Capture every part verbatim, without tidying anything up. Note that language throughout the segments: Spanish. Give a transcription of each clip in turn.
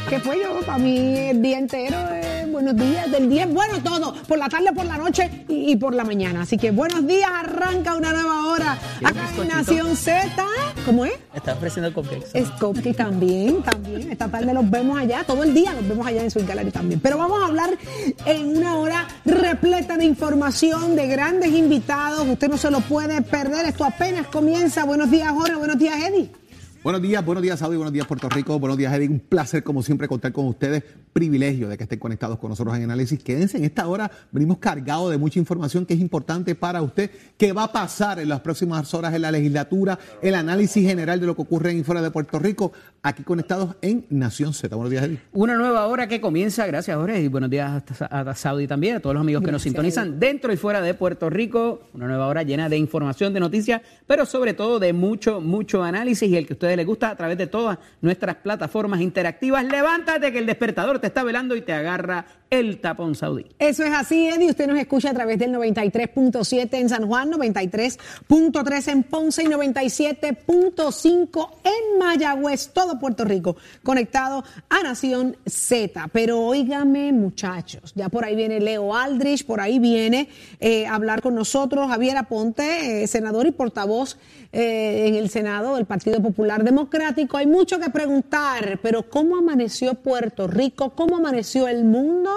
que pues yo, para mí el día entero, eh, buenos días, del día, bueno, todo, por la tarde, por la noche y, y por la mañana. Así que buenos días, arranca una nueva hora acá en Nación Z. ¿Cómo es? Está ofreciendo cupcakes. Es cupcake también, también. Esta tarde los vemos allá, todo el día los vemos allá en Sweet Gallery también. Pero vamos a hablar en una hora repleta de información, de grandes invitados. Usted no se lo puede perder, esto apenas comienza. Buenos días, Jorge, buenos días, Eddie. Buenos días, buenos días, Saudi, buenos días, Puerto Rico, buenos días, Eddie. Un placer, como siempre, contar con ustedes. Privilegio de que estén conectados con nosotros en Análisis. Quédense en esta hora, venimos cargados de mucha información que es importante para usted. ¿Qué va a pasar en las próximas horas en la legislatura? El análisis general de lo que ocurre en y fuera de Puerto Rico. Aquí conectados en Nación Z. Buenos días, Eddie. Una nueva hora que comienza. Gracias, Jorge. Y buenos días a Saudi también, a todos los amigos que nos sintonizan dentro y fuera de Puerto Rico. Una nueva hora llena de información, de noticias, pero sobre todo de mucho, mucho análisis y el que a ustedes les gusta a través de todas nuestras plataformas interactivas. Levántate que el despertador te está velando y te agarra el tapón, Saudi. Eso es así, Eddie. Usted nos escucha a través del noventa y tres punto siete en San Juan, noventa y tres punto tres en Ponce y noventa y siete punto cinco en Mayagüez, todo Puerto Rico, conectado a Nación Z. Pero óigame, muchachos, ya por ahí viene Leo Aldrich, por ahí viene eh, a hablar con nosotros Javier Aponte, eh, senador y portavoz eh, en el Senado del Partido Popular Democrático. Hay mucho que preguntar, pero ¿cómo amaneció Puerto Rico? ¿Cómo amaneció el mundo?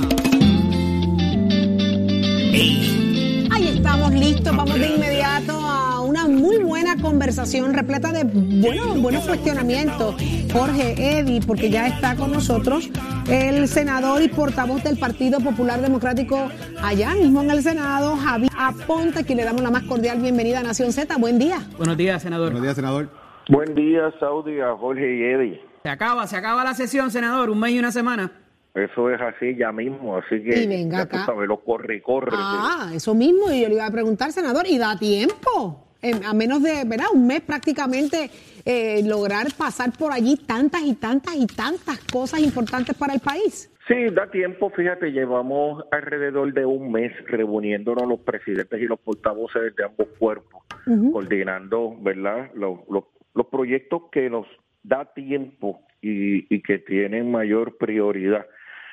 Ahí estamos listos, vamos de inmediato a una muy buena conversación repleta de buenos, buenos cuestionamientos. Jorge, Eddie, porque ya está con nosotros el senador y portavoz del Partido Popular Democrático allá mismo en el Senado, Javier Aponte, a quien le damos la más cordial bienvenida a Nación Z. Buen día. Buenos días, senador. Buenos días, senador. Buen día, Saudi, a Jorge y Eddie. Se acaba, se acaba la sesión, senador, un mes y una semana. Eso es así ya mismo, así que y venga ya acá. tú sabes, lo corre, corre. Ah, eso mismo, y yo le iba a preguntar, senador, y da tiempo, en, a menos de, ¿verdad? Un mes prácticamente, eh, lograr pasar por allí tantas y tantas y tantas cosas importantes para el país. Sí, da tiempo, fíjate, llevamos alrededor de un mes reuniéndonos los presidentes y los portavoces de ambos cuerpos, uh-huh. coordinando, ¿verdad?, los, los, los proyectos que nos da tiempo y, y que tienen mayor prioridad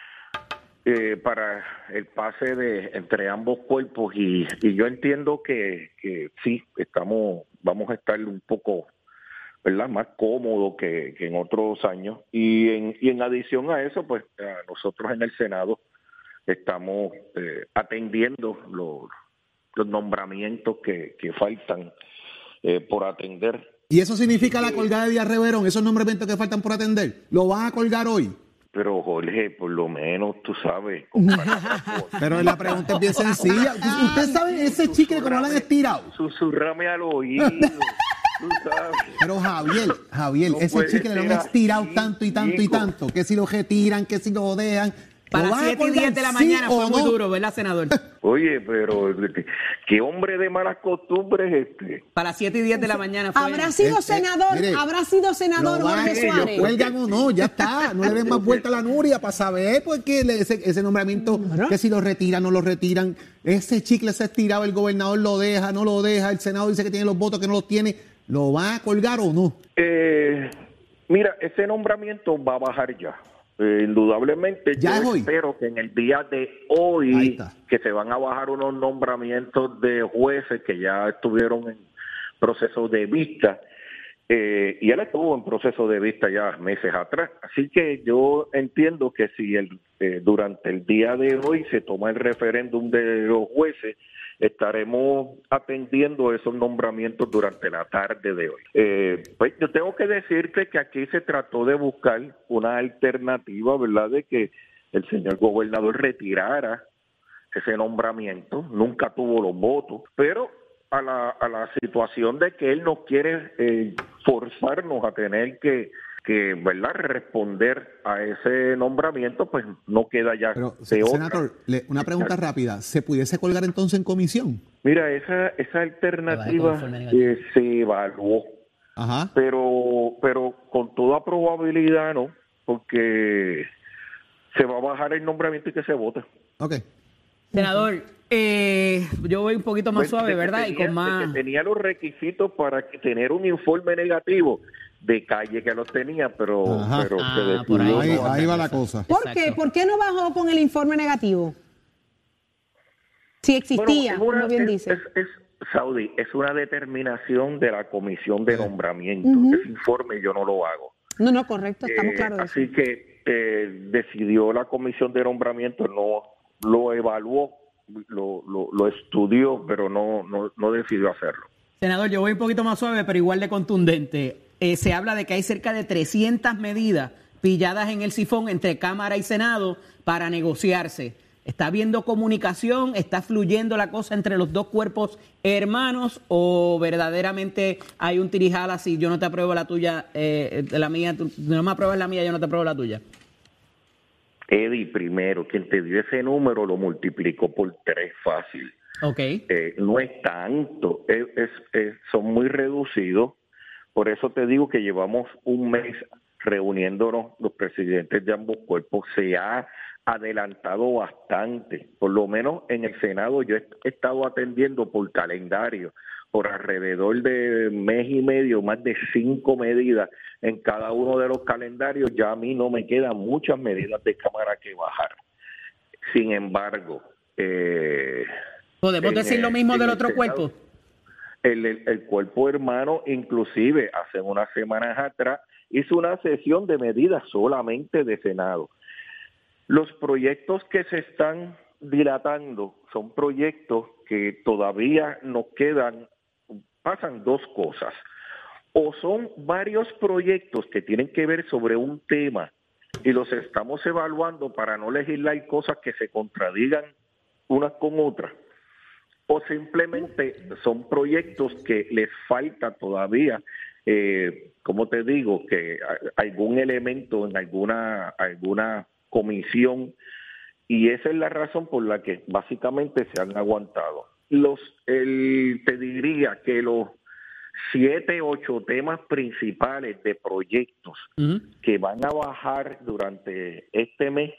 eh, para el pase de entre ambos cuerpos y, y yo entiendo que, que sí, estamos, vamos a estar un poco, ¿verdad?, más cómodo que, que en otros años y en, y en adición a eso, pues nosotros en el Senado estamos eh, atendiendo los, los nombramientos que, que faltan eh, por atender. ¿Y eso significa la colgada de Díaz Reverón, esos nombramientos que faltan por atender? ¿Lo van a colgar hoy? Pero Jorge, por lo menos tú sabes. Pero la pregunta es bien sencilla. ¿Usted sabe ese chicle como lo han estirado? Susurrame al oído. Tú sabes. Pero Javier, Javier, no ese chicle lo han estirado así, tanto y tanto chico. y tanto, que si lo retiran, que si lo dejan. Para las siete y diez de la mañana ¿sí fue muy no? duro, ¿verdad, senador? Oye, pero qué hombre de malas costumbres este. Para las siete y diez de la mañana fue. ¿Habrá sido eh, senador? Eh, mire, ¿Habrá sido senador Jorge Suárez? Cuelgan o no, ya está. No le den más vuelta a la Nuria para saber, porque ese, ese nombramiento, ¿no? Que si lo retiran, no lo retiran. Ese chicle se ha estirado, el gobernador lo deja, no lo deja, el Senado dice que tiene los votos, que no los tiene. ¿Lo van a colgar o no? Eh, mira, ese nombramiento va a bajar ya. Eh, indudablemente, ¿Ya yo hoy? espero que en el día de hoy, que se van a bajar unos nombramientos de jueces que ya estuvieron en proceso de vista, eh, y él estuvo en proceso de vista ya meses atrás. Así que yo entiendo que si el, eh, durante el día de hoy se toma el referéndum de los jueces, estaremos atendiendo esos nombramientos durante la tarde de hoy. Eh, pues yo tengo que decirte que aquí se trató de buscar una alternativa, ¿verdad?, de que el señor gobernador retirara ese nombramiento, nunca tuvo los votos, pero a la, a la situación de que él no quiere eh, forzarnos a tener que que, ¿verdad?, responder a ese nombramiento, pues no queda ya. Pero, de senador, otra. Le, una pregunta rápida. ¿Se pudiese colgar entonces en comisión? Mira, esa esa alternativa eh, se evaluó. Ajá. Pero, pero con toda probabilidad no, porque se va a bajar el nombramiento y que se vote. Ok. Senador, eh, yo voy un poquito más Pues, suave, ¿verdad? Tenía, y con más... que tenía los requisitos para que tener un informe negativo. de calle que los tenía, pero, pero ah, se decidió. Ahí, ahí va la cosa. ¿Por Exacto. qué? ¿Por qué no bajó con el informe negativo? Si existía, bueno, una, como bien es, dice. Es, es, Saudi, es una determinación de la comisión de nombramiento. Uh-huh. Ese informe yo no lo hago. No, no, correcto, estamos eh, claros de así eso. que eh, decidió la comisión de nombramiento, no lo evaluó, lo, lo, lo estudió, pero no, no, no decidió hacerlo. Senador, yo voy un poquito más suave, pero igual de contundente. Eh, se habla de que hay cerca de trescientas medidas pilladas en el sifón entre Cámara y Senado para negociarse. ¿Está habiendo comunicación? ¿Está fluyendo la cosa entre los dos cuerpos hermanos? ¿O verdaderamente hay un tirijala si yo no te apruebo la tuya, eh, la mía, tú no me apruebas la mía, yo no te apruebo la tuya? Eddie, primero, quien te dio ese número lo multiplicó por tres fácil. Okay. Eh, no es tanto, es, es, es, son muy reducidos. Por eso te digo que llevamos un mes reuniéndonos los presidentes de ambos cuerpos. Se ha adelantado bastante, por lo menos en el Senado yo he estado atendiendo por calendario, por alrededor de mes y medio, más de cinco medidas en cada uno de los calendarios. Ya a mí no me quedan muchas medidas de Cámara que bajar. Sin embargo, eh, ¿podemos decir el, lo mismo del otro Senado, cuerpo? El, el, el cuerpo hermano, inclusive hace unas semanas atrás, hizo una sesión de medidas solamente de Senado. Los proyectos que se están dilatando son proyectos que todavía nos quedan, pasan dos cosas. O son varios proyectos que tienen que ver sobre un tema y los estamos evaluando para no legislar cosas que se contradigan unas con otras. O simplemente son proyectos que les falta todavía, eh, como te digo, que algún elemento en alguna alguna comisión, y esa es la razón por la que básicamente se han aguantado. Los, el, te diría que los siete, ocho temas principales de proyectos uh-huh. que van a bajar durante este mes,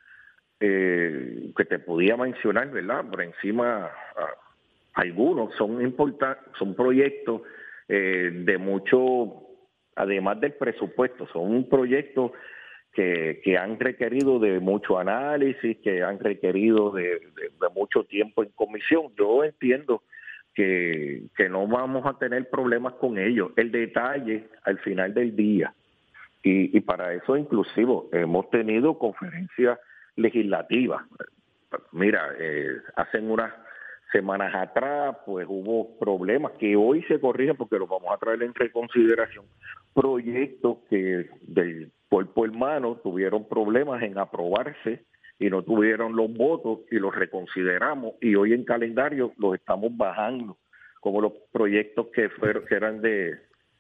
eh, que te podía mencionar, ¿verdad? Por encima, uh, algunos son importantes, son proyectos eh, de mucho, además del presupuesto, son proyectos Que, que han requerido de mucho análisis, que han requerido de, de, de mucho tiempo en comisión. Yo entiendo que, que no vamos a tener problemas con ellos. El detalle al final del día, y, y para eso inclusive hemos tenido conferencias legislativas. Mira, eh, hace unas semanas atrás pues hubo problemas que hoy se corrigen porque los vamos a traer en reconsideración. Proyectos que del cuerpo hermano tuvieron problemas en aprobarse y no tuvieron los votos y los reconsideramos y hoy en calendario los estamos bajando, como los proyectos que fueron que eran de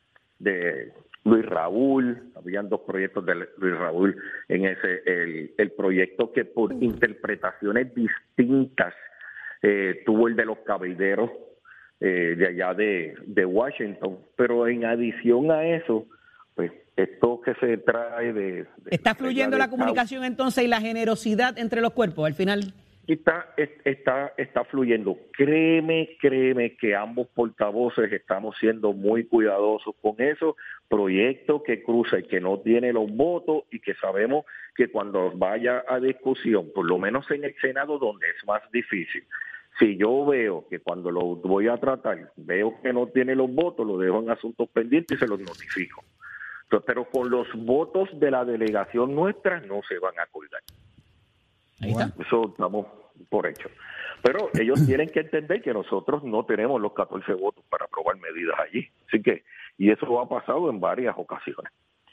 de Luis Raúl. Habían dos proyectos de Luis Raúl en ese el, el proyecto que por interpretaciones distintas eh, tuvo el de los cabilderos eh, de allá de, de Washington, pero en adición a eso, pues esto que se trae de... de ¿Está fluyendo de la comunicación entonces y la generosidad entre los cuerpos al final? Está, está, está fluyendo. Créeme, créeme que ambos portavoces estamos siendo muy cuidadosos con eso. Proyecto que cruza y que no tiene los votos y que sabemos que cuando vaya a discusión, por lo menos en el Senado donde es más difícil, si yo veo que cuando lo voy a tratar, veo que no tiene los votos, lo dejo en asuntos pendientes y se los notifico. Entonces, pero con los votos de la delegación nuestra no se van a acordar. Ahí está. Eso estamos por hecho. Pero ellos tienen que entender que nosotros no tenemos los catorce votos para aprobar medidas allí. Así que, y eso ha pasado en varias ocasiones.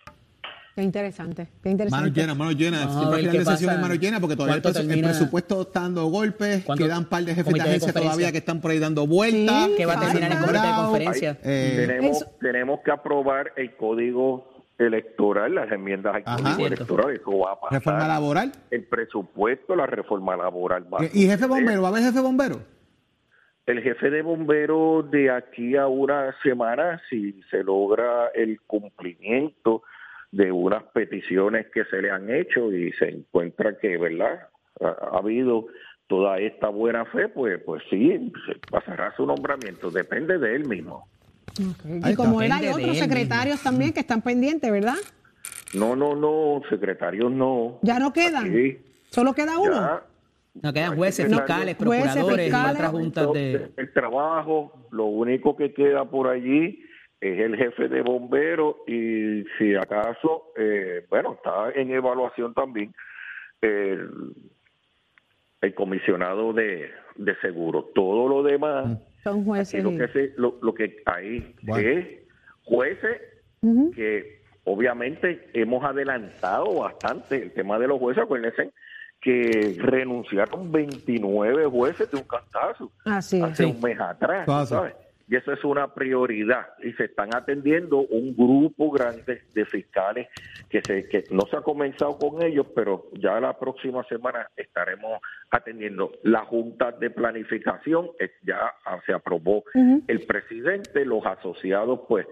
Qué interesante, qué interesante. Manos llenas, manos llenas. Siempre al final de sesión es manos llenas porque todavía el, presu- el presupuesto está dando golpes, quedan un par de jefes de agencia todavía que están por ahí dando vueltas. Sí, que va a terminar en comité de conferencia. Eh, tenemos, tenemos que aprobar el código electoral, las enmiendas al Ajá. código electoral, eso va a pasar. Reforma laboral. El presupuesto, la reforma laboral va a ¿Y jefe bombero? ¿Va a haber jefe bombero? El jefe de bomberos de aquí a una semana, si se logra el cumplimiento de unas peticiones que se le han hecho y se encuentra que, ¿verdad?, ha, ha habido toda esta buena fe, pues pues sí, se pasará su nombramiento, depende de él mismo. Okay. Y como él hay otros secretarios mismo. También que están pendientes, ¿verdad? No, no, no, secretarios no. ¿Ya no quedan? Aquí, ¿solo queda uno? Ya, no quedan jueces, fiscales, procuradores jueces, fiscales, y otras juntas de... El trabajo, lo único que queda por allí es el jefe de bomberos y si acaso, eh, bueno, está en evaluación también el, el comisionado de, de seguros. Todo lo demás... Son jueces. Lo que, se, lo, lo que hay bueno. es jueces uh-huh. que obviamente hemos adelantado bastante el tema de los jueces. Acuérdense que renunciaron veintinueve jueces de un cantazo Así es, hace sí. un mes atrás, ¿sabes? Y eso es una prioridad y se están atendiendo un grupo grande de fiscales que se que no se ha comenzado con ellos, pero ya la próxima semana estaremos atendiendo. La Junta de Planificación ya se aprobó uh-huh. el presidente, los asociados pues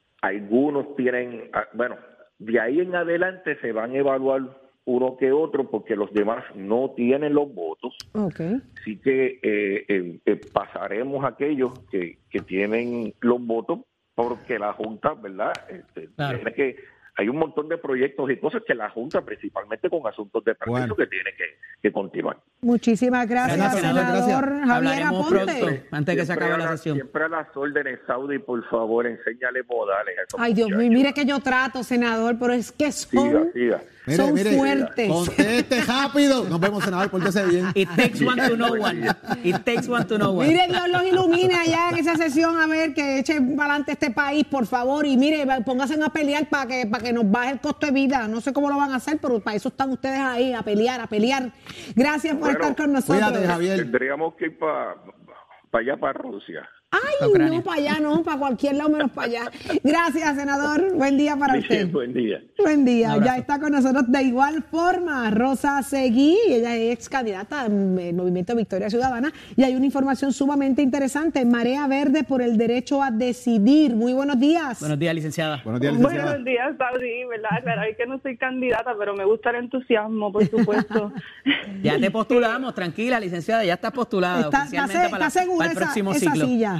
algunos tienen, bueno, de ahí en adelante se van a evaluar uno que otro porque los demás no tienen los votos. Okay. Así que eh, eh, eh, pasaremos a aquellos que, que tienen los votos porque la Junta, ¿verdad? Este, claro. tiene que hay un montón de proyectos y cosas que la Junta, principalmente con asuntos de permiso, bueno. que tiene que, que continuar. Muchísimas gracias, gracias senador gracias. Javier Aponte. Pronto, antes de que se acabe la sesión. Siempre a las órdenes, Saudi, por favor, enséñale modales a esos Ay, Dios mío, mire que yo trato, senador, pero es que son, siga, siga. son mire, mire, fuertes. Conteste rápido. Nos vemos, senador, pórtese bien. It takes one to know one. It takes one to know one. Mire, Dios los ilumine allá en esa sesión, a ver, que eche para adelante este país, por favor, y mire, pónganse a pelear para que, para que nos baje el costo de vida. No sé cómo lo van a hacer, pero para eso están ustedes ahí, a pelear, a pelear. Gracias por bueno, estar con nosotros. Cuídate, Javier. Tendríamos que ir para pa allá, para Rusia. Ay, no, para allá no, para cualquier lado menos para allá. Gracias, senador. Buen día para usted. Bien, buen día. Buen día. Ya está con nosotros de igual forma Rosa Seguí, ella es ex candidata al Movimiento Victoria Ciudadana y hay una información sumamente interesante. Marea Verde por el derecho a decidir. Muy buenos días. Buenos días, licenciada. Buenos días, licenciada. Buenos días, Saudi, ¿verdad? Aclarar que no soy candidata, pero me gusta el entusiasmo, por supuesto. Ya te postulamos, tranquila, licenciada, ya estás postulada está, oficialmente está, para, está para el esa, próximo esa ciclo. Silla.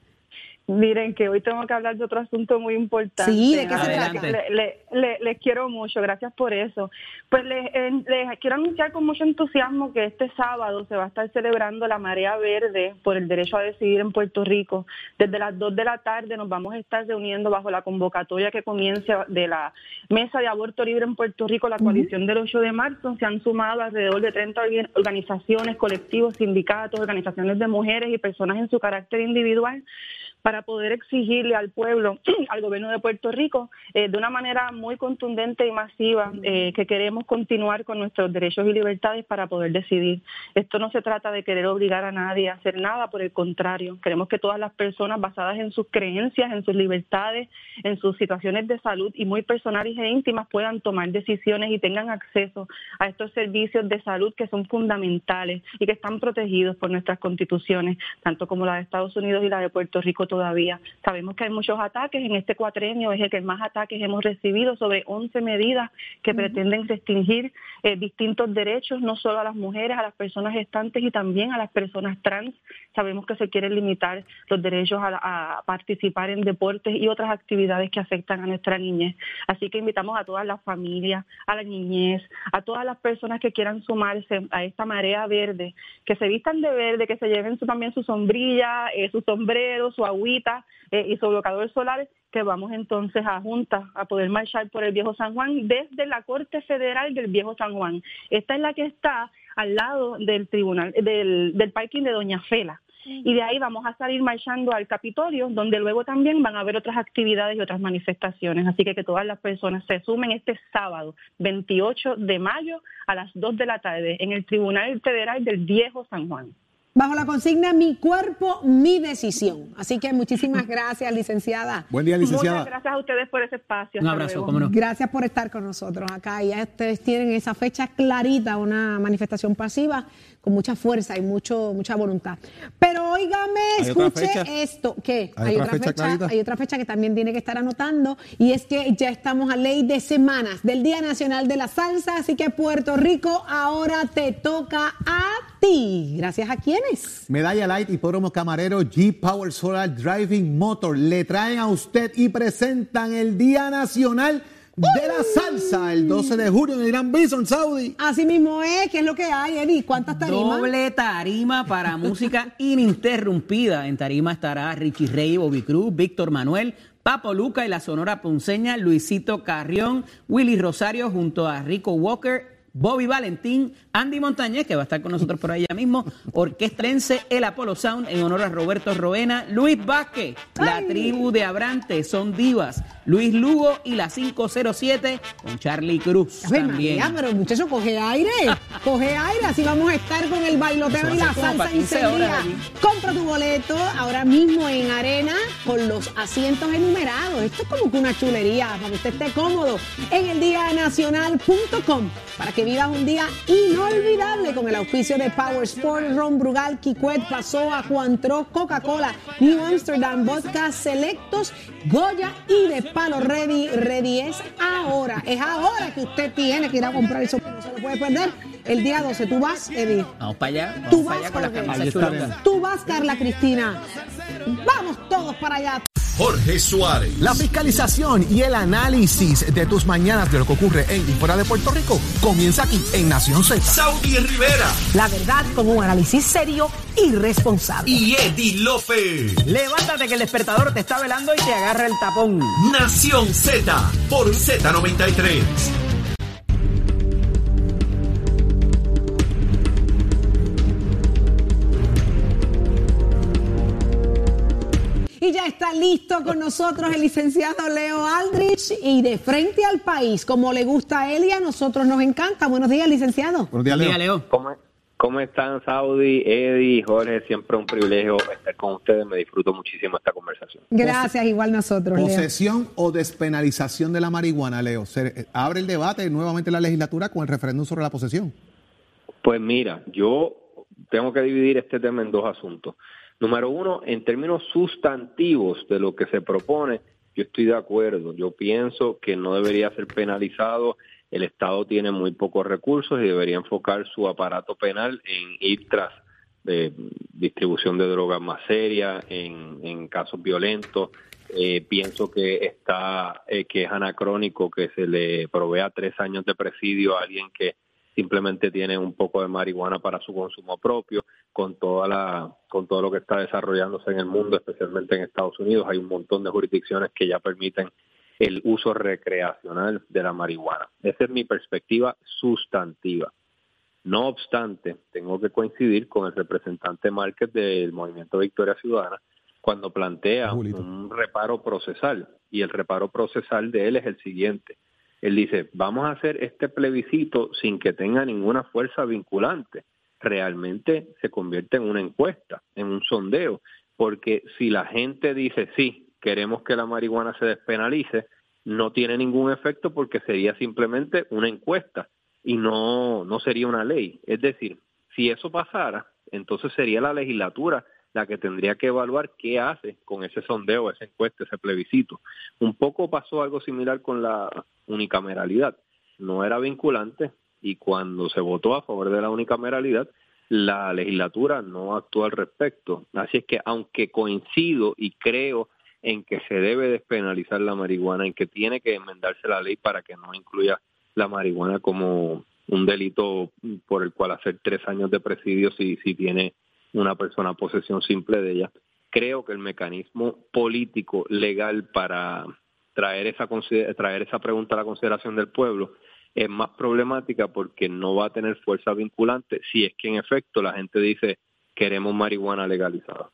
Miren, que hoy tengo que hablar de otro asunto muy importante. Sí, ¿de qué se Adelante. trata? Le, le, le, les quiero mucho, gracias por eso. Pues les, eh, les quiero anunciar con mucho entusiasmo que este sábado se va a estar celebrando la Marea Verde por el derecho a decidir en Puerto Rico. Desde las dos de la tarde nos vamos a estar reuniendo bajo la convocatoria que comienza de la Mesa de Aborto Libre en Puerto Rico, la coalición uh-huh. del ocho de marzo. Se han sumado alrededor de treinta organizaciones, colectivos, sindicatos, organizaciones de mujeres y personas en su carácter individual para poder exigirle al pueblo, al gobierno de Puerto Rico, eh, de una manera muy contundente y masiva, eh, que queremos continuar con nuestros derechos y libertades para poder decidir. Esto no se trata de querer obligar a nadie a hacer nada, por el contrario, queremos que todas las personas, basadas en sus creencias, en sus libertades, en sus situaciones de salud y muy personales e íntimas, puedan tomar decisiones y tengan acceso a estos servicios de salud que son fundamentales y que están protegidos por nuestras constituciones, tanto como la de Estados Unidos y la de Puerto Rico todavía. Sabemos que hay muchos ataques, en este cuatrenio es el que más ataques hemos recibido, sobre once medidas que uh-huh. pretenden restringir eh, distintos derechos, no solo a las mujeres, a las personas gestantes y también a las personas trans. Sabemos que se quieren limitar los derechos a, a participar en deportes y otras actividades que afectan a nuestra niñez. Así que invitamos a todas las familias, a la niñez, a todas las personas que quieran sumarse a esta marea verde, que se vistan de verde, que se lleven su, también su sombrilla, eh, su sombrero, su agüita, Eh, y su bloqueador solar, que vamos entonces a Junta a poder marchar por el Viejo San Juan desde la Corte Federal del Viejo San Juan. Esta es la que está al lado del tribunal, del, del parking de Doña Fela. Y de ahí vamos a salir marchando al Capitolio, donde luego también van a haber otras actividades y otras manifestaciones. Así que que todas las personas se sumen este sábado, veintiocho de mayo, a las dos de la tarde, en el Tribunal Federal del Viejo San Juan. Bajo la consigna Mi cuerpo, mi decisión. Así que muchísimas gracias, licenciada. Buen día, licenciada. Muchas gracias a ustedes por ese espacio. Un abrazo, cómo no. Gracias por estar con nosotros acá. Ya ustedes tienen esa fecha clarita, una manifestación pasiva con mucha fuerza y mucho mucha voluntad. Pero óigame, escuche esto. ¿Qué? ¿Hay, hay otra, otra fecha, fecha hay otra fecha que también tiene que estar anotando, y es que ya estamos a ley de semanas del Día Nacional de la Salsa, así que Puerto Rico, ahora te toca a ti. ti. ¿Gracias a quiénes? Medalla Light, Hipódromo Camarero, G-Power Solar Driving Motor le traen a usted y presentan el Día Nacional de la Salsa el doce de julio en el Gran Bison, Saudi. Así mismo es. ¿Qué es lo que hay, Eddie? ¿Cuántas tarimas? Doble tarima para música ininterrumpida. En tarima estará Richie Rey, Bobby Cruz, Víctor Manuel, Papo Luca y la Sonora Ponceña, Luisito Carrión, Willy Rosario junto a Rico Walker, Bobby Valentín, Andy Montañez, que va a estar con nosotros por ahí ya mismo, Orquestrense, el Apollo Sound en honor a Roberto Roena, Luis Vázquez, la Ay. tribu de Abrante, Son Divas, Luis Lugo y la cinco cero siete con Charlie Cruz Ave también. María, pero muchacho, coge aire, coge aire, así vamos a estar con el bailoteo y la salsa encendida. Compra tu boleto ahora mismo en Arena con los asientos enumerados. Esto es como que una chulería, para que usted esté cómodo en el día nacional punto com, para que vivas un día inolvidable con el auspicio de Power Sport, Ron Brugal, Kikwet, Pasoa, Coantro, Coca-Cola, New Amsterdam, Vodka, Selectos, Goya y de Palo Ready. Ready es ahora, es ahora que usted tiene que ir a comprar eso, no se lo puede perder. El día doce, tú vas, Eddie. Vamos para allá, vamos Tú para vas, allá con las Jorge. camisas Ahí estaremos. chulongas. Tú vas, Carla Cristina. Vamos todos para allá. Jorge Suárez. La fiscalización y el análisis de tus mañanas de lo que ocurre en y fuera de Puerto Rico comienza aquí en Nación Z. Saudi Rivera. La verdad con un análisis serio y responsable. Y Eddie López. Levántate que el despertador te está velando y te agarra el tapón. Nación Z por Z noventa y tres. Y ya está listo con nosotros el licenciado Leo Aldrich y de frente al país, como le gusta a él y a nosotros nos encanta. Buenos días, licenciado. Buenos días, Leo. Diga, Leo. ¿Cómo, ¿Cómo están, Saudi, Eddie, Jorge? Siempre un privilegio estar con ustedes. Me disfruto muchísimo esta conversación. Gracias, igual nosotros, Leo. ¿Posesión o despenalización de la marihuana, Leo? ¿Se abre el debate nuevamente en la legislatura con el referéndum sobre la posesión? Pues mira, yo tengo que dividir este tema en dos asuntos. Número uno, en términos sustantivos de lo que se propone, yo estoy de acuerdo. Yo pienso que no debería ser penalizado. El Estado tiene muy pocos recursos y debería enfocar su aparato penal en ir tras de distribución de drogas más serias, en, en casos violentos. Eh, pienso que está eh, que es anacrónico que se le provea tres años de presidio a alguien que simplemente tiene un poco de marihuana para su consumo propio, con toda la con todo lo que está desarrollándose en el mundo, especialmente en Estados Unidos. Hay un montón de jurisdicciones que ya permiten el uso recreacional de la marihuana. Esa es mi perspectiva sustantiva. No obstante, tengo que coincidir con el representante Márquez del Movimiento Victoria Ciudadana cuando plantea Julito. un reparo procesal, y el reparo procesal de él es el siguiente. Él dice, vamos a hacer este plebiscito sin que tenga ninguna fuerza vinculante. Realmente se convierte en una encuesta, en un sondeo, porque si la gente dice, sí, queremos que la marihuana se despenalice, no tiene ningún efecto porque sería simplemente una encuesta y no, no sería una ley. Es decir, si eso pasara, entonces sería la legislatura la que tendría que evaluar qué hace con ese sondeo, esa encuesta, ese plebiscito. Un poco pasó algo similar con la unicameralidad. No era vinculante y cuando se votó a favor de la unicameralidad, la legislatura no actuó al respecto. Así es que aunque coincido y creo en que se debe despenalizar la marihuana, en que tiene que enmendarse la ley para que no incluya la marihuana como un delito por el cual hacer tres años de presidio si, si tiene una persona posesión simple de ella. Creo que el mecanismo político legal para traer esa traer esa pregunta a la consideración del pueblo es más problemática porque no va a tener fuerza vinculante si es que en efecto la gente dice queremos marihuana legalizada.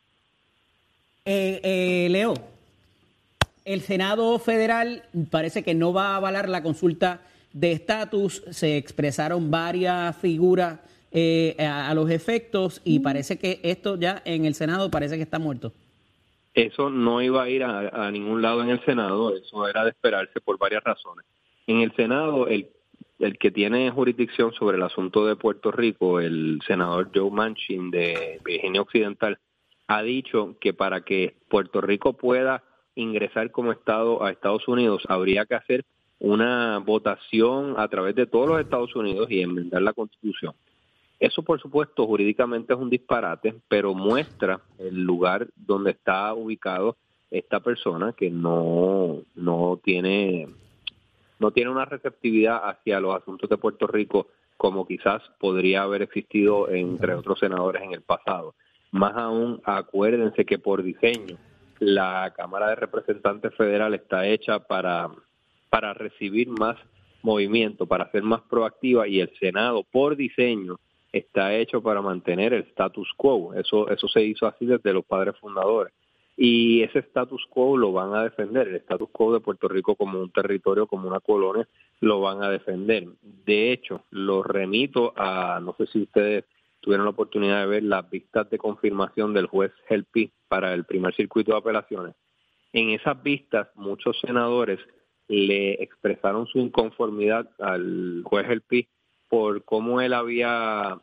Eh, eh, Leo, el Senado Federal parece que no va a avalar la consulta de estatus. Se expresaron varias figuras eh, a, a los efectos y parece que esto ya en el Senado parece que está muerto. Eso no iba a ir a, a ningún lado en el Senado, eso era de esperarse por varias razones. En el Senado, el, el que tiene jurisdicción sobre el asunto de Puerto Rico, el senador Joe Manchin de Virginia Occidental, ha dicho que para que Puerto Rico pueda ingresar como Estado a Estados Unidos, habría que hacer una votación a través de todos los Estados Unidos y enmendar la Constitución. Eso, por supuesto, jurídicamente es un disparate, pero muestra el lugar donde está ubicado esta persona que no, no tiene, no tiene una receptividad hacia los asuntos de Puerto Rico como quizás podría haber existido entre otros senadores en el pasado. Más aún, acuérdense que por diseño la Cámara de Representantes Federal está hecha para, para recibir más movimiento, para ser más proactiva, y el Senado por diseño está hecho para mantener el status quo. Eso, eso se hizo así desde los padres fundadores. Y ese status quo lo van a defender, el status quo de Puerto Rico como un territorio, como una colonia, lo van a defender. De hecho, lo remito a, no sé si ustedes tuvieron la oportunidad de ver las vistas de confirmación del juez Helpi para el primer circuito de apelaciones. En esas vistas, muchos senadores le expresaron su inconformidad al juez Helpi por cómo él había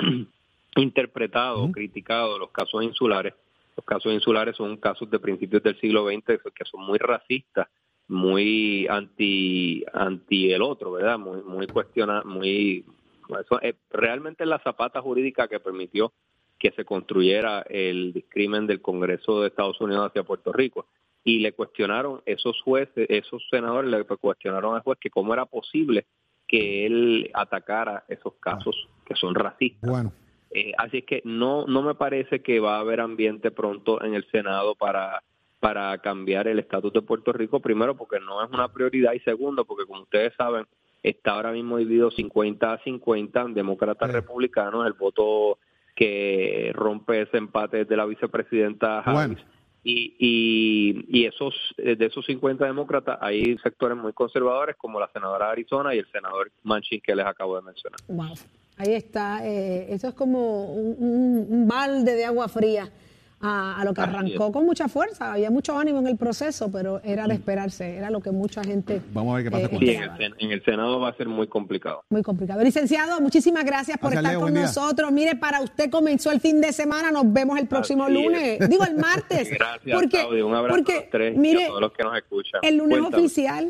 interpretado o criticado los casos insulares. Los casos insulares son casos de principios del siglo veinte que son muy racistas, muy anti anti el otro, ¿verdad? Muy muy cuestiona, muy eso, eh, realmente es la zapata jurídica que permitió que se construyera el discrimen del Congreso de Estados Unidos hacia Puerto Rico. Y le cuestionaron esos jueces, esos senadores le cuestionaron al juez que cómo era posible que él atacara esos casos que son racistas. Bueno. Eh, así es que no no me parece que va a haber ambiente pronto en el Senado para para cambiar el estatus de Puerto Rico, primero porque no es una prioridad y segundo porque, como ustedes saben, está ahora mismo dividido cincuenta a cincuenta, demócratas sí. republicanos, el voto que rompe ese empate de la vicepresidenta Harris. Bueno. Y, y, y esos de esos cincuenta demócratas hay sectores muy conservadores como la senadora de Arizona y el senador Manchin que les acabo de mencionar. Wow. Ahí está, eh, eso es como un, un, un balde de agua fría a, a lo que arrancó con mucha fuerza. Había mucho ánimo en el proceso, pero era de esperarse, era lo que mucha gente... Vamos a ver qué pasa eh, con sí, en el, en el Senado va a ser muy complicado. Muy complicado. Licenciado, muchísimas gracias por Gracias, estar Leo, con nosotros. Mire, para usted comenzó el fin de semana, nos vemos el próximo Así lunes, es. digo el martes. Gracias, porque, Claudio. Un abrazo porque, a los tres mire, y a todos los que nos escuchan. El lunes Cuéntame. oficial.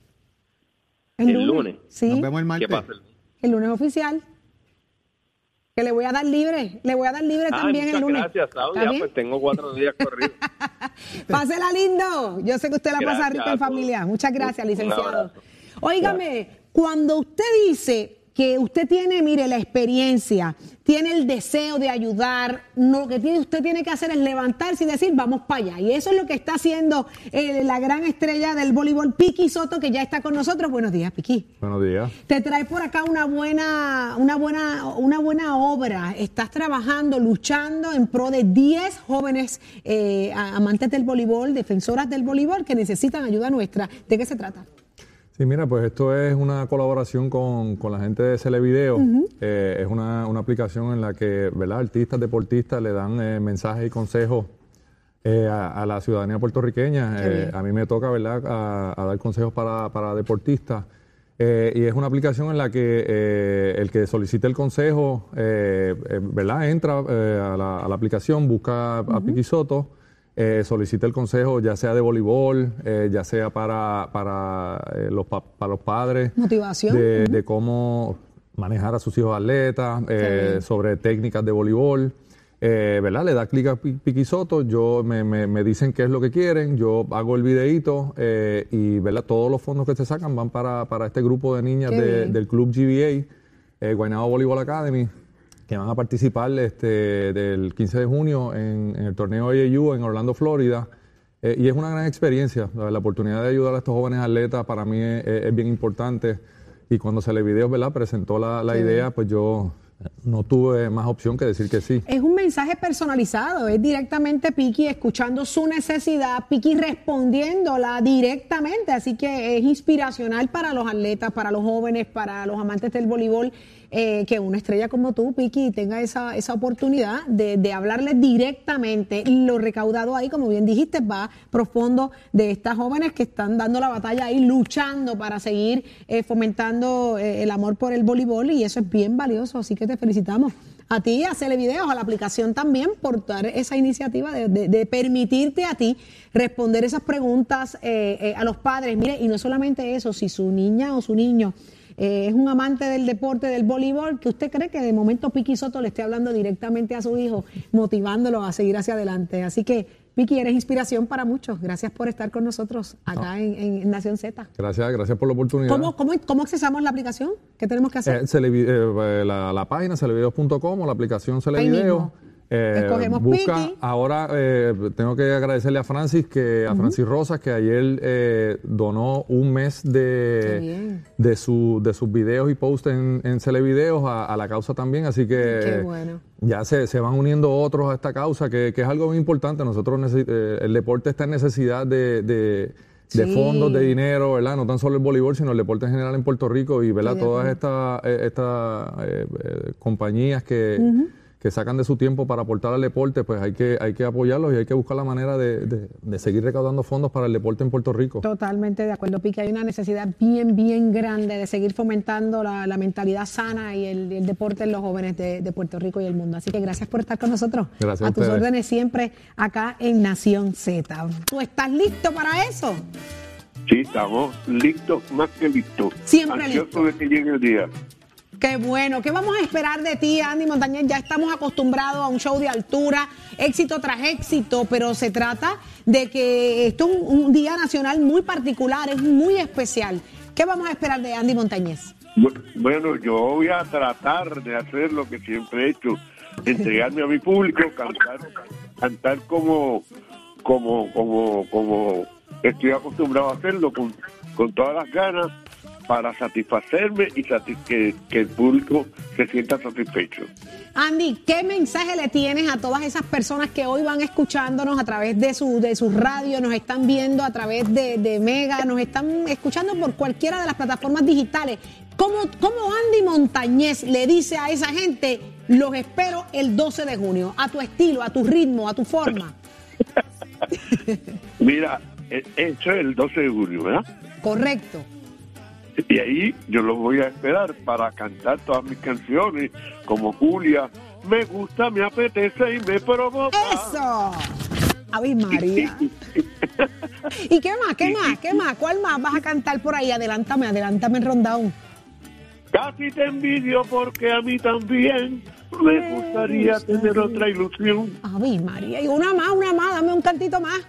El, el lunes. lunes. Sí. Nos vemos el martes. ¿Qué pasa? El lunes oficial. Que le voy a dar libre, le voy a dar libre Ay, también el lunes. Gracias, Claudia, pues tengo cuatro días corridos. Pásela lindo, yo sé que usted la Gracias pasa rico en familia. Muchas gracias, licenciado. Óigame, Gracias. Cuando usted dice que usted tiene, mire, la experiencia, tiene el deseo de ayudar, no, lo que tiene, usted tiene que hacer es levantarse y decir, vamos para allá. Y eso es lo que está haciendo eh, la gran estrella del voleibol, Piqui Soto, que ya está con nosotros. Buenos días, Piqui. Buenos días. Te trae por acá una buena, una buena, una buena obra. Estás trabajando, luchando en pro de diez jóvenes eh, amantes del voleibol, defensoras del voleibol, que necesitan ayuda nuestra. ¿De qué se trata? Sí, mira, pues esto es una colaboración con, con la gente de Celevideo. Uh-huh. Eh, es una, una aplicación en la que, ¿verdad?, artistas, deportistas le dan eh, mensajes y consejos eh, a, a la ciudadanía puertorriqueña. Eh, a mí me toca, ¿verdad?, a, a dar consejos para, para deportistas. Eh, y es una aplicación en la que eh, el que solicite el consejo, eh, eh, ¿verdad?, entra eh, a, la, a la aplicación, busca uh-huh. a Piqui Soto. Eh, solicita el consejo ya sea de voleibol, eh, ya sea para, para, eh, los, pa, para los padres. Motivación. De, uh-huh. de cómo manejar a sus hijos atletas, eh, sí. sobre técnicas de voleibol. Eh, ¿verdad? Le da clic a Piqui Soto, yo, me, me, me dicen qué es lo que quieren, yo hago el videíto eh, y, ¿verdad?, todos los fondos que se sacan van para, para este grupo de niñas de, del club G B A, eh, Guaynabo Volleyball Academy, que van a participar este, del quince de junio en, en el torneo A A U en Orlando, Florida. Eh, y es una gran experiencia. La, la oportunidad de ayudar a estos jóvenes atletas para mí es, es bien importante. Y cuando Celevideo, ¿verdad?, presentó la, la sí. idea, pues yo no tuve más opción que decir que sí. Es un mensaje personalizado, es directamente Piqui escuchando su necesidad, Piqui respondiéndola directamente. Así que es inspiracional para los atletas, para los jóvenes, para los amantes del voleibol. Eh, que una estrella como tú, Piqui, tenga esa, esa oportunidad de, de hablarles directamente. Lo recaudado ahí, como bien dijiste, va profundo de estas jóvenes que están dando la batalla ahí, luchando para seguir eh, fomentando eh, el amor por el voleibol, y eso es bien valioso, así que te felicitamos. A ti, a Celevideos, a la aplicación también, por dar esa iniciativa de, de, de permitirte a ti responder esas preguntas eh, eh, a los padres. Mire, y no solamente eso, si su niña o su niño eh, es un amante del deporte, del voleibol, que usted cree que de momento Piqui Soto le esté hablando directamente a su hijo, motivándolo a seguir hacia adelante. Así que, Piqui, eres inspiración para muchos. Gracias por estar con nosotros acá no. en, en Nación Z. Gracias, gracias por la oportunidad. ¿Cómo, cómo, cómo accesamos la aplicación? ¿Qué tenemos que hacer? Eh, Celevi- eh, la, la página celevideos punto com o la aplicación Celevideo. Eh, Escogemos busca, Piqui. ahora eh, tengo que agradecerle a Francis, que a uh-huh. Francis Rosas, que ayer eh, donó un mes de, de, su, de sus videos y posts en, en Celevideos a, a la causa también, así que Qué bueno. ya se, se van uniendo otros a esta causa, que, que es algo muy importante. Nosotros necesi- eh, el deporte está en necesidad de, de de sí. fondos, de dinero, ¿verdad? No tan solo el voleibol, sino el deporte en general en Puerto Rico y, ¿verdad? Sí, todas estas esta, eh, eh, compañías que, uh-huh. que sacan de su tiempo para aportar al deporte, pues hay que hay que apoyarlos y hay que buscar la manera de, de, de seguir recaudando fondos para el deporte en Puerto Rico. Totalmente de acuerdo, Piqui. Hay una necesidad bien, bien grande de seguir fomentando la, la mentalidad sana y el, el deporte en los jóvenes de, de Puerto Rico y el mundo. Así que gracias por estar con nosotros. Gracias a tus órdenes siempre acá en Nación Z. ¿Tú estás listo para eso? Sí, estamos listos, más que listos. Siempre listos. De que llegue el día. Qué bueno. ¿Qué vamos a esperar de ti, Andy Montañez? Ya estamos acostumbrados a un show de altura, éxito tras éxito, pero se trata de que esto es un, un día nacional muy particular, es muy especial. ¿Qué vamos a esperar de Andy Montañez? Bueno, yo voy a tratar de hacer lo que siempre he hecho, entregarme a mi público, cantar, cantar como, como, como, como estoy acostumbrado a hacerlo, con, con todas las ganas, para satisfacerme y satis- que, que el público se sienta satisfecho. Andy, ¿qué mensaje le tienes a todas esas personas que hoy van escuchándonos a través de su de sus radios, nos están viendo a través de, de Mega, nos están escuchando por cualquiera de las plataformas digitales? ¿Cómo, cómo Andy Montañez le dice a esa gente, los espero el doce de junio, a tu estilo, a tu ritmo, a tu forma? Mira, eso es el doce de junio, ¿verdad? Correcto. Y ahí yo lo voy a esperar para cantar todas mis canciones, como Julia, me gusta, me apetece y me provoca. ¡Eso! ¡Ave María! ¿Y qué más, qué más, qué más? ¿Cuál más vas a cantar por ahí? Adelántame, adelántame en rundown. Casi te envidio porque a mí también me gustaría tener otra ilusión. ¡Ave María! Y una más, una más, dame un cantito más.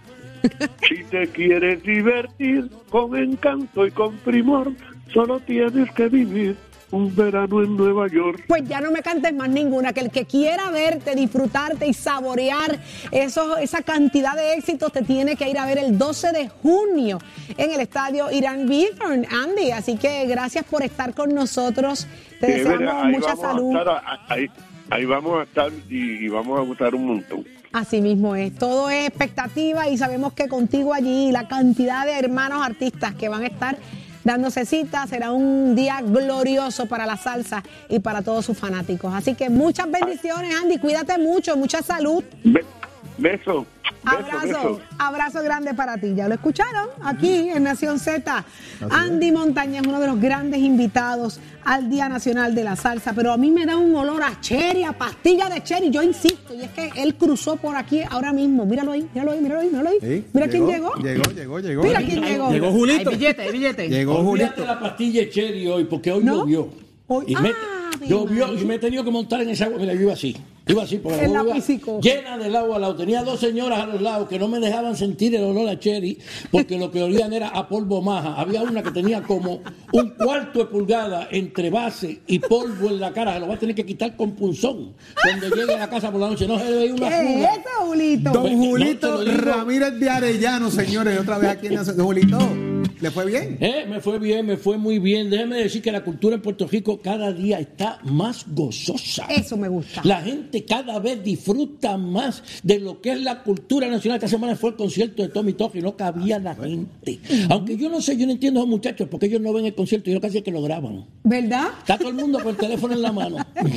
Si te quieres divertir con encanto y con primor, solo tienes que vivir un verano en Nueva York. Pues ya no me cantes más ninguna, que el que quiera verte, disfrutarte y saborear eso, esa cantidad de éxitos te tiene que ir a ver el doce de junio en el estadio Irán Bithorn, Andy. Así que gracias por estar con nosotros. Te sí, deseamos verdad, ahí mucha vamos salud. A estar, ahí, ahí vamos a estar y, y vamos a gustar un montón. Así mismo es, todo es expectativa y sabemos que contigo allí la cantidad de hermanos artistas que van a estar dándose cita, será un día glorioso para la salsa y para todos sus fanáticos. Así que muchas bendiciones, Andy, cuídate mucho, mucha salud. Be- beso. Abrazo, beso, beso. abrazo grande para ti. Ya lo escucharon aquí en Nación Z. Andy Montañez, uno de los grandes invitados al Día Nacional de la Salsa, pero a mí me da un olor a cherry, a pastilla de cherry. Yo insisto, y es que él cruzó por aquí ahora mismo. Míralo ahí, míralo ahí, míralo ahí, míralo ahí. Sí, Mira llegó, quién llegó. Llegó, llegó, llegó. Mira quién llegó. Llegó Julito. Hay billete, hay billete. Llegó Olvídate Julito. la pastilla de cherry hoy, porque hoy ¿No? llovió. Hoy- Y me, Ah, llovió María. y me he tenido que montar en esa agua. Mira, yo iba así. Iba así, porque En la la agua iba piscicoja. llena del agua al lado. Tenía dos señoras a los lados que no me dejaban sentir el olor a cherry, porque lo que olían era a polvo maja. Había una que tenía como un cuarto de pulgada entre base y polvo en la cara. Se lo va a tener que quitar con punzón. Cuando llegue a la casa por la noche, no se le ve una ¿Qué es fuga. eso, Julito? Don No, no Julito te lo digo. Ramírez de Arellano, señores, otra vez aquí en Nación. Don Julito, ¿le fue bien? Eh, me fue bien, me fue muy bien. Déjeme decir que la cultura en Puerto Rico cada día está más gozosa. Eso me gusta. La gente cada vez disfruta más de lo que es la cultura nacional. Esta semana fue el concierto de Tommy Tuck y no cabía la gente. Aunque yo no sé, yo no entiendo a esos muchachos porque ellos no ven el concierto y yo casi es que lo graban. ¿Verdad? Está todo el mundo con el teléfono en la mano.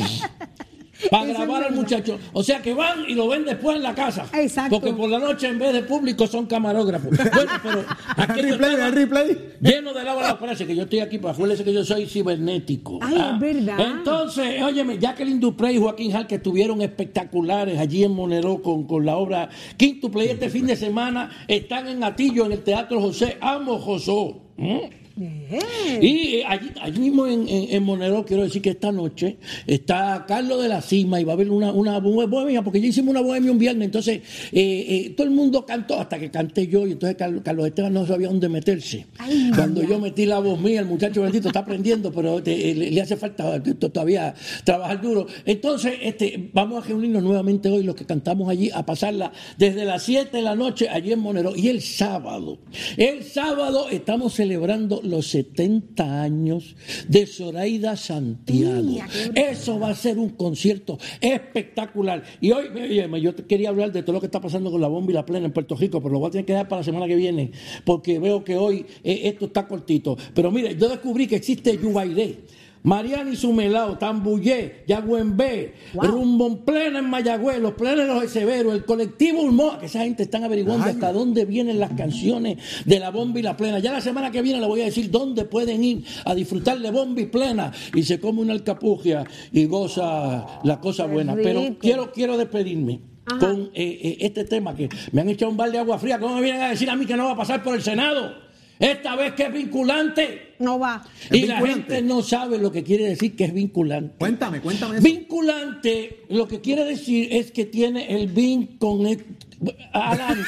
Para Eso es grabar al verdad. muchacho. O sea que van y lo ven después en la casa. Exacto. Porque por la noche en vez de público son camarógrafos. Bueno, pero aquí El yo replay, estaba el replay. lleno de lava la parece que yo estoy aquí para acuérdense que yo soy cibernético. Ay, es verdad. Entonces, óyeme, Jacqueline Dupré y Joaquín Hall que estuvieron espectaculares allí en Monero con, con la obra Quintuple este fin de semana están en Atillo en el Teatro José Amo Josó. ¿Mm? Bien. Y eh, allí, allí mismo en, en, en Monero, quiero decir que esta noche está Carlos de la Cima y va a haber una, una bohemia, porque ya hicimos una bohemia un viernes, entonces eh, eh, todo el mundo cantó hasta que canté yo, y entonces Carlos, Carlos Esteban no sabía dónde meterse. Ay, Cuando yo metí la voz mía, el muchacho bendito está aprendiendo, pero te, le, le hace falta todavía trabajar duro. Entonces, este, vamos a reunirnos nuevamente hoy, los que cantamos allí, a pasarla desde las siete de la noche allí en Monero. Y el sábado, el sábado estamos celebrando los setenta años de Zoraida Santiago. Mira, eso va a ser un concierto espectacular. Y hoy, oye, yo quería hablar de todo lo que está pasando con la bomba y la plena en Puerto Rico, pero lo voy a tener que dar para la semana que viene, porque veo que hoy eh, esto está cortito. Pero mire, yo descubrí que existe Yubairé, Mariana y Sumelao, Tambullé, Yagüenbé, wow. Rumbo en Plena en Mayagüez, los pleneros de Severo, el colectivo Ulmoa, que esa gente están averiguando Ay. hasta dónde vienen las canciones de la bomba y la plena. Ya la semana que viene le voy a decir dónde pueden ir a disfrutar de bomba y plena, y se come una alcapugia y goza la cosa buena. Pero quiero, quiero despedirme Ajá. con eh, eh, este tema que me han echado un balde de agua fría. ¿Cómo me vienen a decir a mí que no va a pasar por el Senado? Esta vez que es vinculante. No va. Y la gente no sabe lo que quiere decir que es vinculante. Cuéntame, cuéntame eso. Vinculante, lo que quiere decir es que tiene el vin con el, adelante.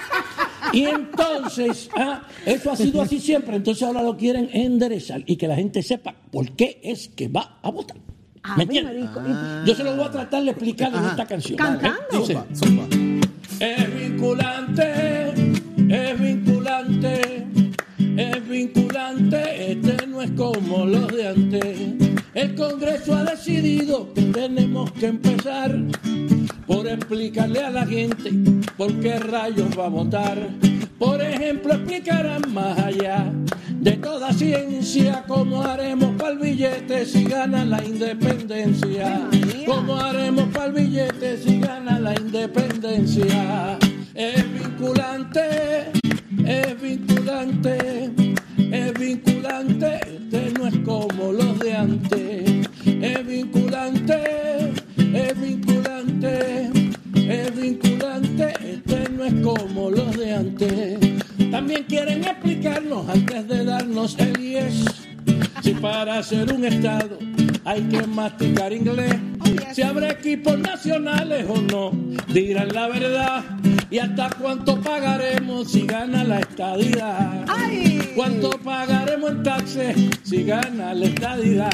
Y entonces, ah, eso ha sido así siempre. Entonces ahora lo quieren enderezar y que la gente sepa por qué es que va a votar. Ah, ¿Me entiendes? Ah. Yo se lo voy a tratar de explicar en esta canción. Cantando. Dice, zumba, zumba. Es vinculante, es vinculante, es vinculante, este no es como los de antes. El Congreso ha decidido que tenemos que empezar por explicarle a la gente por qué rayos va a votar. Por ejemplo, explicarán más allá de toda ciencia cómo haremos para el billete si gana la independencia. Cómo haremos para el billete si gana la independencia. Es vinculante, es vinculante, es vinculante, este no es como los de antes. Es vinculante, es vinculante, es vinculante, este no es como los de antes. También quieren explicarnos antes de darnos el yes, si para ser un estado hay que masticar inglés, si habrá equipos nacionales o no, dirán la verdad. Y hasta cuánto pagaremos si gana la estadidad. ¡Ay! Cuánto pagaremos en taxes si gana la estadidad.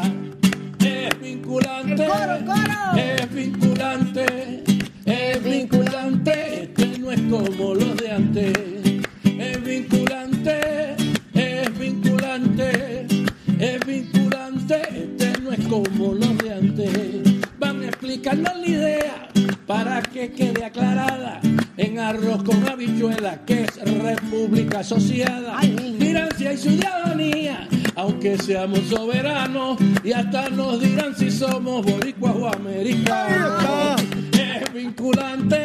Es vinculante, el coro, coro. es vinculante, es vinculante, este no es como los de antes. Es vinculante, es vinculante, es vinculante, este no es como los de antes. Van a explicarnos la idea para que quede aclarada en arroz con habichuela que es república asociada. Dirán si hay ciudadanía, aunque seamos soberanos, y hasta nos dirán si somos boricuas o americanos. Es vinculante,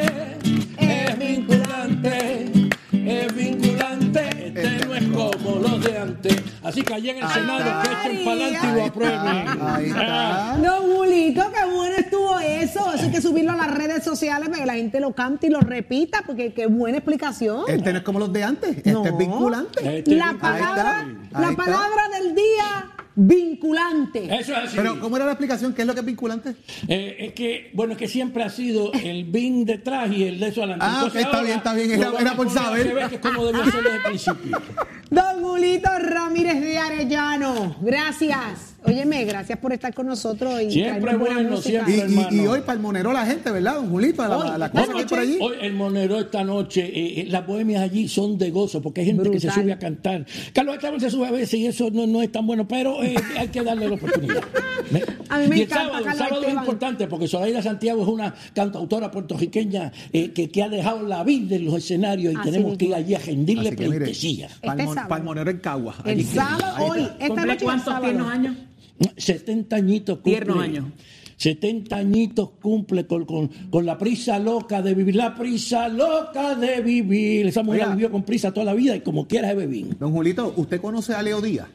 es vinculante, es vinculante, este no es como los de antes. Así que allá en el Senado que echen para adelante y lo aprueben. Ahí está. Don Julito, qué bueno estuvo eso. Eso hay que subirlo a las redes sociales para que la gente lo cante y lo repita, porque qué buena explicación. Este no es como los de antes, este No. es vinculante. Este La es palabra, Ahí la está. palabra del día, vinculante. Eso es así. Pero, ¿cómo era la explicación? ¿Qué es lo que es vinculante? Eh, es que, bueno, es que siempre ha sido el bin detrás y el de eso adelante. Ah, Entonces, ok, está ahora bien, está bien, lo era- van era a por poner saber. al revés, que es como debió ser desde el principio. Don Julito Ramírez de Arellano, gracias. Óyeme, gracias por estar con nosotros y Siempre traernos buena bueno, música. siempre. Y, y- hermano. y hoy para el Monero la gente, ¿verdad, don Julito? La, Hoy, la, la esta cosa que hay por allí. Hoy el Monero esta noche, eh, eh, las bohemias allí son de gozo, porque hay gente que se Brutal. sube a cantar. Carlos Esteban se sube a veces y eso no, no es tan bueno, pero eh, hay que darle la oportunidad. ¿Ve? A mí me y el encanta sábado, el Carlos sábado es Esteban. importante porque Zoraida Santiago es una cantautora puertorriqueña eh, que, que ha dejado la vida en los escenarios y Así tenemos que ir mismo. allí a rendirle Así que mire, pleitesía. para Este el, mon- sábado. para el Monero en Cagua. El allí. sábado, Ahí hoy, está. esta ¿Cumple noche y el cuántos sábado. tiernos años? setenta añitos cumple. Tiernos años. setenta añitos cumple con, con, con la prisa loca de vivir. La prisa loca de vivir. Esa mujer Oiga. vivió con prisa toda la vida y como quiera se bebín. Don Julito, ¿usted conoce a Leo Díaz?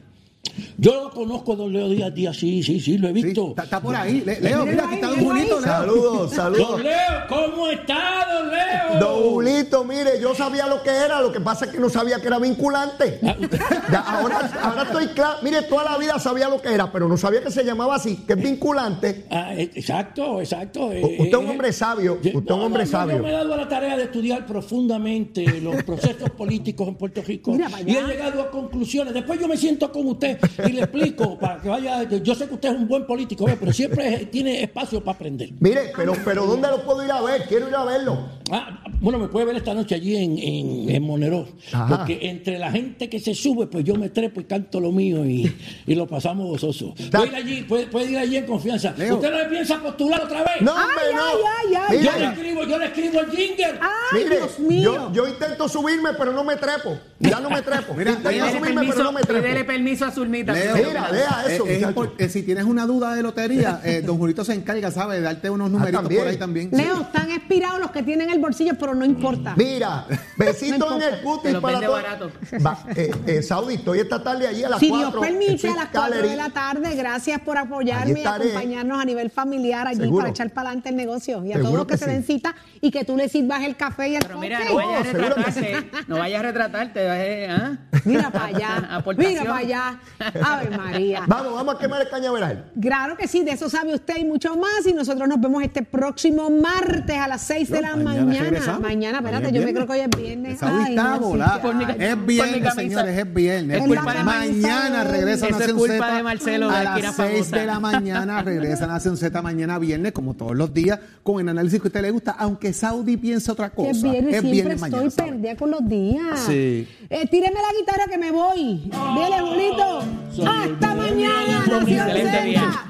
Yo lo conozco, don Leo Díaz Díaz, sí, sí, sí, lo he visto. Sí, está, está por ahí. Le, Leo, mira, aquí está Don Julito, Leo. Saludos, saludos. Don Leo, ¿cómo está, don Leo? Don Julito, mire, yo sabía lo que era, lo que pasa es que no sabía que era vinculante. Ya, ahora, ahora estoy claro. Mire, toda la vida sabía lo que era, pero no sabía que se llamaba así, que es vinculante. Ah, exacto, exacto. Usted es un hombre sabio, usted es un hombre no, no, sabio. Yo me he dado a la tarea de estudiar profundamente los procesos políticos en Puerto Rico y he llegado a conclusiones. Después yo me siento con usted y le explico para que vaya. Yo sé que usted es un buen político, pero siempre tiene espacio para aprender. Mire, pero, pero ¿dónde lo puedo ir a ver? Quiero ir a verlo. Ah, bueno, me puede ver esta noche allí en, en, en Monero. Ajá. Porque entre la gente que se sube, pues yo me trepo y canto lo mío y, y lo pasamos gozoso. Puede ir allí, puede, puede ir allí en confianza. Leo. ¿Usted no le piensa postular otra vez? No, ay, hombre, no. ay, ay, ay, yo ay. le escribo, yo le escribo el jingle. Ay, Mire, Dios mío. yo, yo intento subirme, pero no me trepo. Ya no me trepo. Mira, intento Pídele subirme, permiso, pero no me trepo. pídele permiso a Zulmita. Leo, Mira, deja eso, eh, es muchacho. impor- eh, si tienes una duda de lotería, eh, Don Julito se encarga, ¿sabe? De darte unos numeritos también. por ahí también. Leo, están expirados los que tienen el bolsillo, pero no importa. Mira, besito No en el cutis Te lo para vende todos. barato. Va, eh, eh, Saudi, estoy esta tarde allí a las Si cuatro. Dios permite, en a las Fifth cuatro de Gallery. la tarde, gracias por Allí apoyarme y estaré. acompañarnos a nivel familiar allí Seguro. para echar para adelante el negocio. Y a Seguro todos los que, que se sí. den cita y que tú le sirvas el café y el Pero mira, coque. no vayas a Oh, seguro que retratarte. No vayas a retratarte. eh, ¿ah? Mira para allá, Aportación. mira para allá. Ave María. Vamos, vamos a quemar el cañaveral. Claro que sí, de eso sabe usted y mucho más. Y nosotros nos vemos este próximo martes a las seis de No, la mañana mañana. regresamos. Mañana, espérate, Mañana yo es me creo que hoy es viernes. viernes. Saudi Ay, está no, volada. sí, Por mi- ay. Es por mi viernes, camisa. señores, es viernes. Es Es culpa viernes. de Mañana Marcelo. regresan a Eso es Nación culpa Z. de Marcelo, A de las esquina seis famosa. de la mañana regresan a Nación Z mañana viernes, como todos los días, con el análisis que a usted le gusta, aunque Saudi piense otra cosa. Que es viernes, siempre viernes estoy mañana, Saudi. perdida con los días. Sí. Eh, tíreme la guitarra que me voy. Viene, Julito. Hasta mañana, Nación Excelente Z. día.